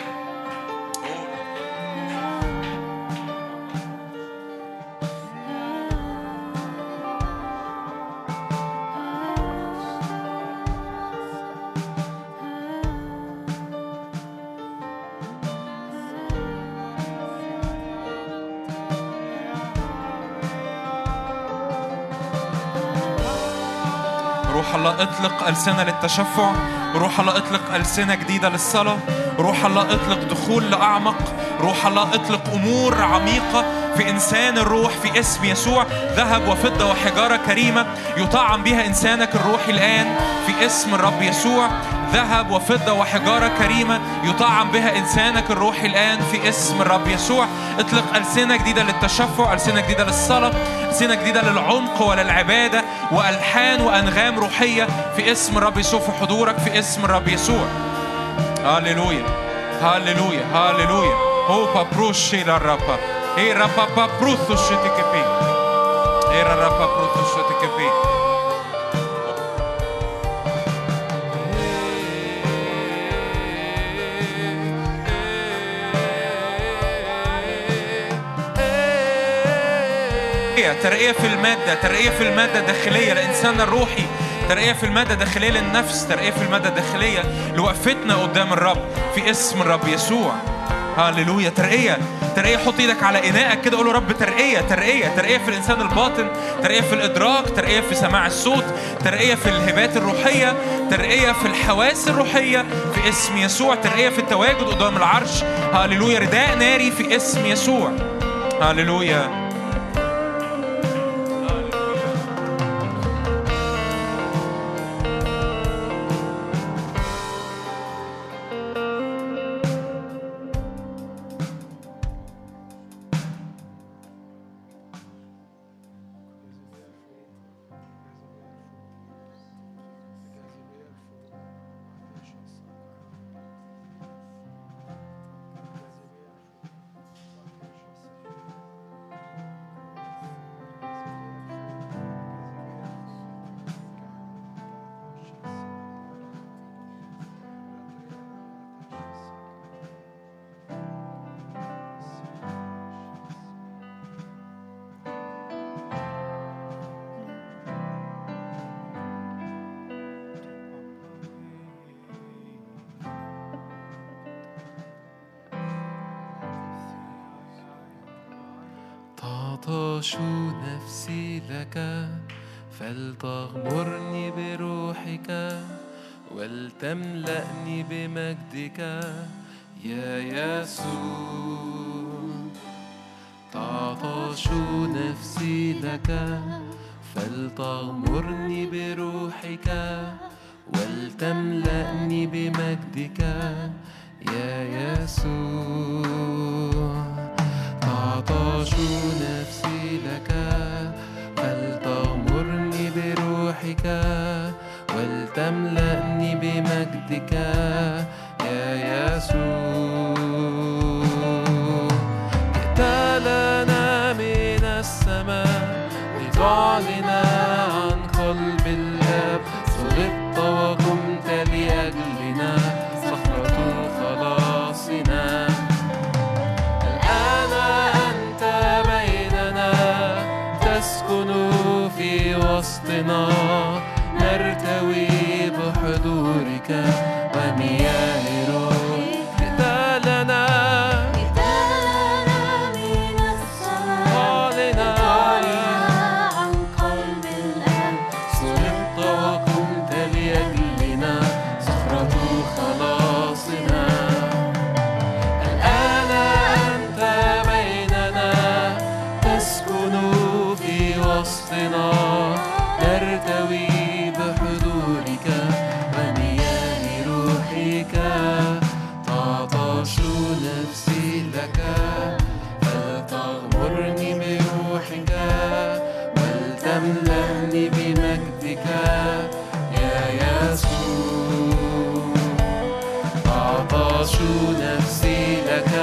روح الله اطلق ألسنة للتشفع. روح الله اطلق ألسنة جديدة للصلاة. روح الله اطلق دخول لأعمق. روح الله اطلق أمور عميقة في إنسان الروح في اسم يسوع. ذهب وفضة وحجارة كريمة يطعم بها إنسانك الروحي الآن في اسم الرب يسوع. ذهب وفضة وحجارة كريمة يطعم بها إنسانك الروحي الآن في اسم الرب يسوع. اطلق ألسنة جديدة للتشفع، ألسنة جديدة للصلاة، ألسنة جديدة للعمق وللعبادة وألحان وأنغام روحية في اسم الرب يسوع في حضورك في اسم الرب يسوع. هاليلويا هاليلويا هاليلويا. هو بروشي للرب إيه ربا بروثو شتكبي إيه ربا بروثو شتكبي. ترقية في المادة، ترقية في المادة الداخلية للإنسان الروحي، ترقية في المادة الداخلية للنفس، ترقية في المادة الداخلية لوقفتنا قدام الرب في اسم الرب يسوع. هاليلويا. ترقية ترقية. حط ايدك على إناءك كده قول له رب ترقية ترقية ترقية في الإنسان الباطن، ترقية في الإدراك، ترقية في سماع الصوت، ترقية في الهبات الروحية، ترقية في الحواس الروحية في اسم يسوع، ترقية في التواجد قدام العرش. هاليلويا. رداء ناري في اسم يسوع. هاليلويا. تعطش نفسي لك فلتغمرني بروحك ولتملأني بمجدك يا يسوع. تعطش نفسي لك فلتغمرني بروحك ولتملأني بمجدك يا يسوع. تعطش نفسي لك فلتغمرني بروحك ولتملأني بمجدك يا يسوع. جئت لنا من السماء لتعلن عن قلب الآب، صلبت وقمت لأجلنا صخرة خلاصنا. الآن أنت بيننا تسكن في وسطنا، نرتوي بحضورك ومياه روحك. جئت لنا من السماء لتعلن عن قلب الآب، صلبت وقمت لأجلنا صخرة خلاصنا. الآن أنت بيننا تسكن في وسطنا، نرتوي بحضورك ومياه روحك. تعطش نفسي لك فلتغمرني بروحك ولتملأني بمجدك يا يسوع. تعطش نفسي لك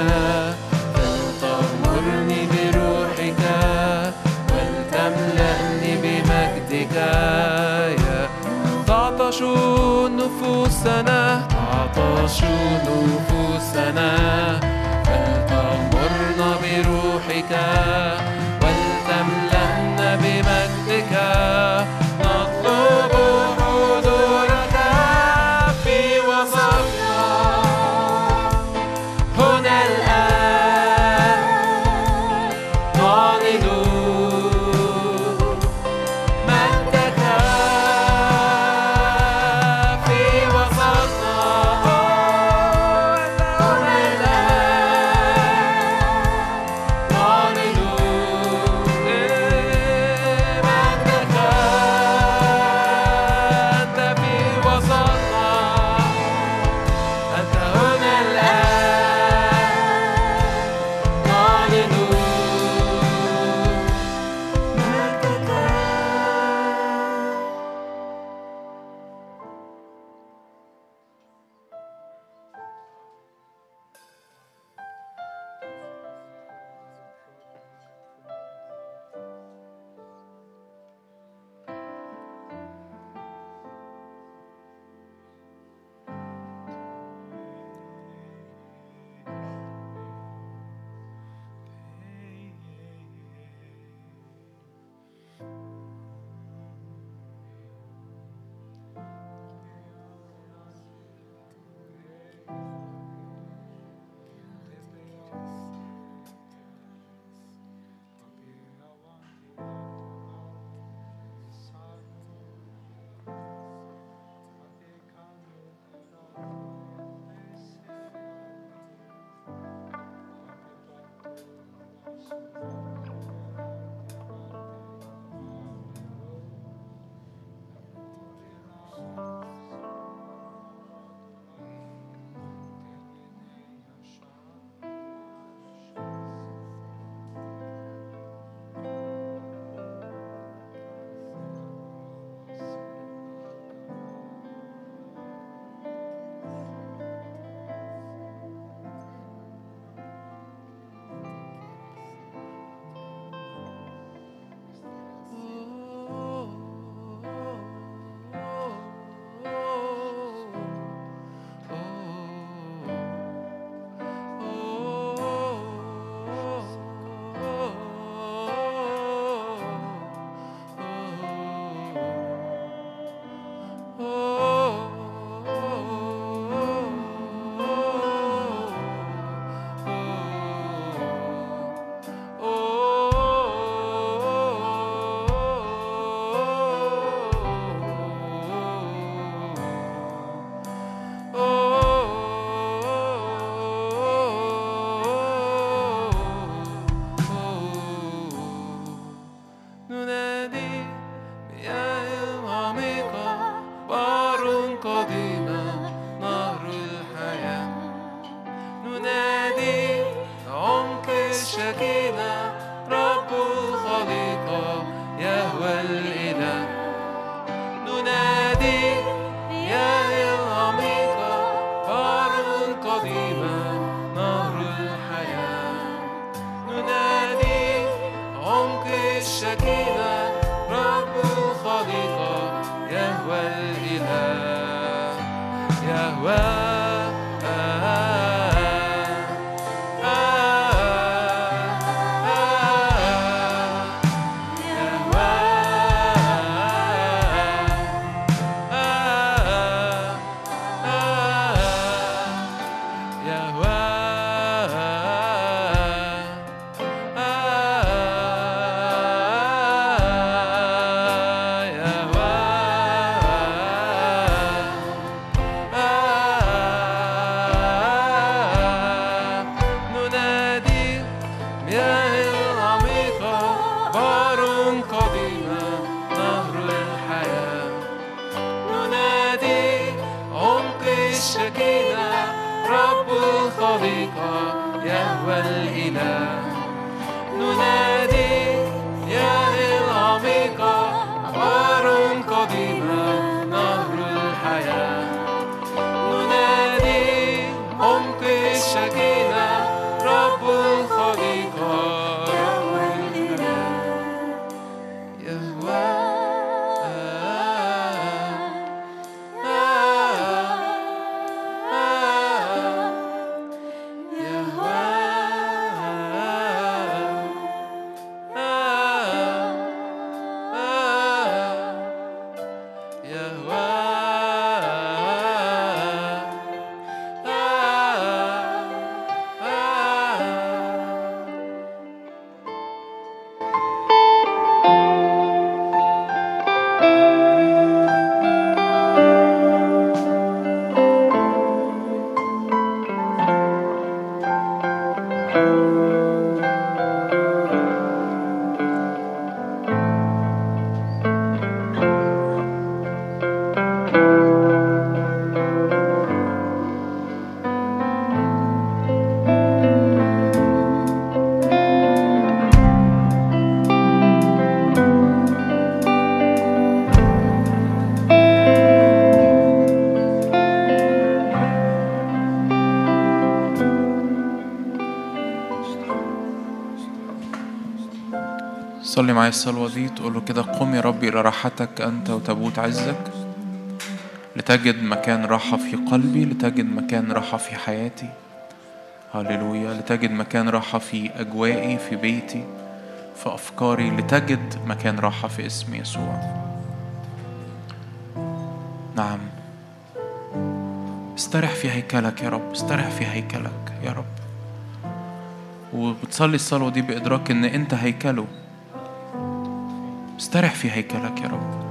فلتغمرني بروحك ولتملأني بمجدك يا. تعطش نفوسنا تعطش نفوسنا فلتغمرنا بروحك ولتملأنا بمجدك. نطلب حضورك في وسطنا هنا الآن، نعلن مجدك صلي معايا الصلوة دي، تقول له كده: قم يا ربي إلى راحتك أنت وتابوت عزك، لتجد مكان راحة في قلبي، لتجد مكان راحة في حياتي. هللويا. لتجد مكان راحة في أجوائي، في بيتي، في أفكاري. لتجد مكان راحة في اسم يسوع. نعم، استرح في هيكلك يا رب، استرح في هيكلك يا رب. وبتصلي الصلاة دي بإدراك إن أنت هيكله. استرح في هيكلك يا رب.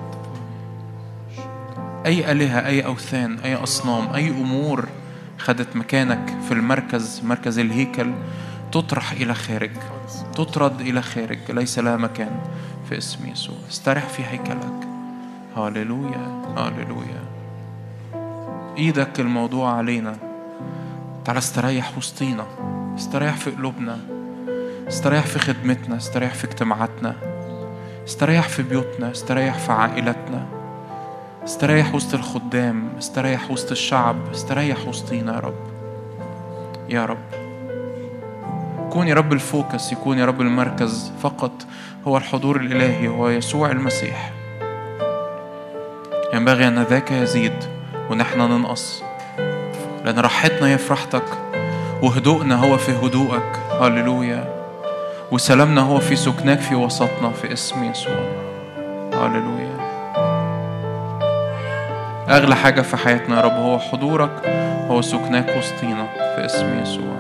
أي آلهة، أي أوثان، أي أصنام، أي أمور خدت مكانك في المركز، مركز الهيكل، تطرح إلى خارج، تطرد إلى خارج، ليس لها مكان في اسم يسوع. استرح في هيكلك. هاليلويا هاليلويا. إيدك الموضوع علينا. تعال استريح وسطينا، استريح في قلوبنا، استريح في خدمتنا، استريح في اجتماعاتنا، استريح في بيوتنا، استريح في عائلتنا، استريح وسط الخدام، استريح وسط الشعب، استريح وسطينا يا رب. يا رب يكون يا رب الفوكس، يكون يا رب المركز فقط هو الحضور الإلهي، هو يسوع المسيح. ينبغي أن ذاك يزيد ونحن ننقص، لأن راحتنا هي في راحتك، وهدوءنا هو في هدوءك. هاليلويا. وسلامنا هو في سكناك في وسطنا في اسم يسوع. هاليلويا. أغلى حاجة في حياتنا يا رب هو حضورك، هو سكناك وسطينا في اسم يسوع.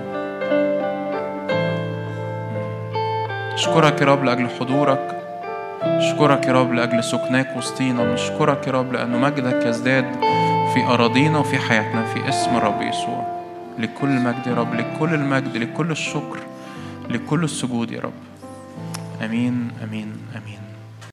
أشكرك يا رب لأجل حضورك، أشكرك يا رب لأجل سكناك وسطينا، نشكرك يا رب لأن مجدك يزداد في أراضينا وفي حياتنا في اسم الرب يسوع. لكل المجد يا رب، لكل المجد، لكل الشكر، لكل السجود يا رب. أمين أمين أمين.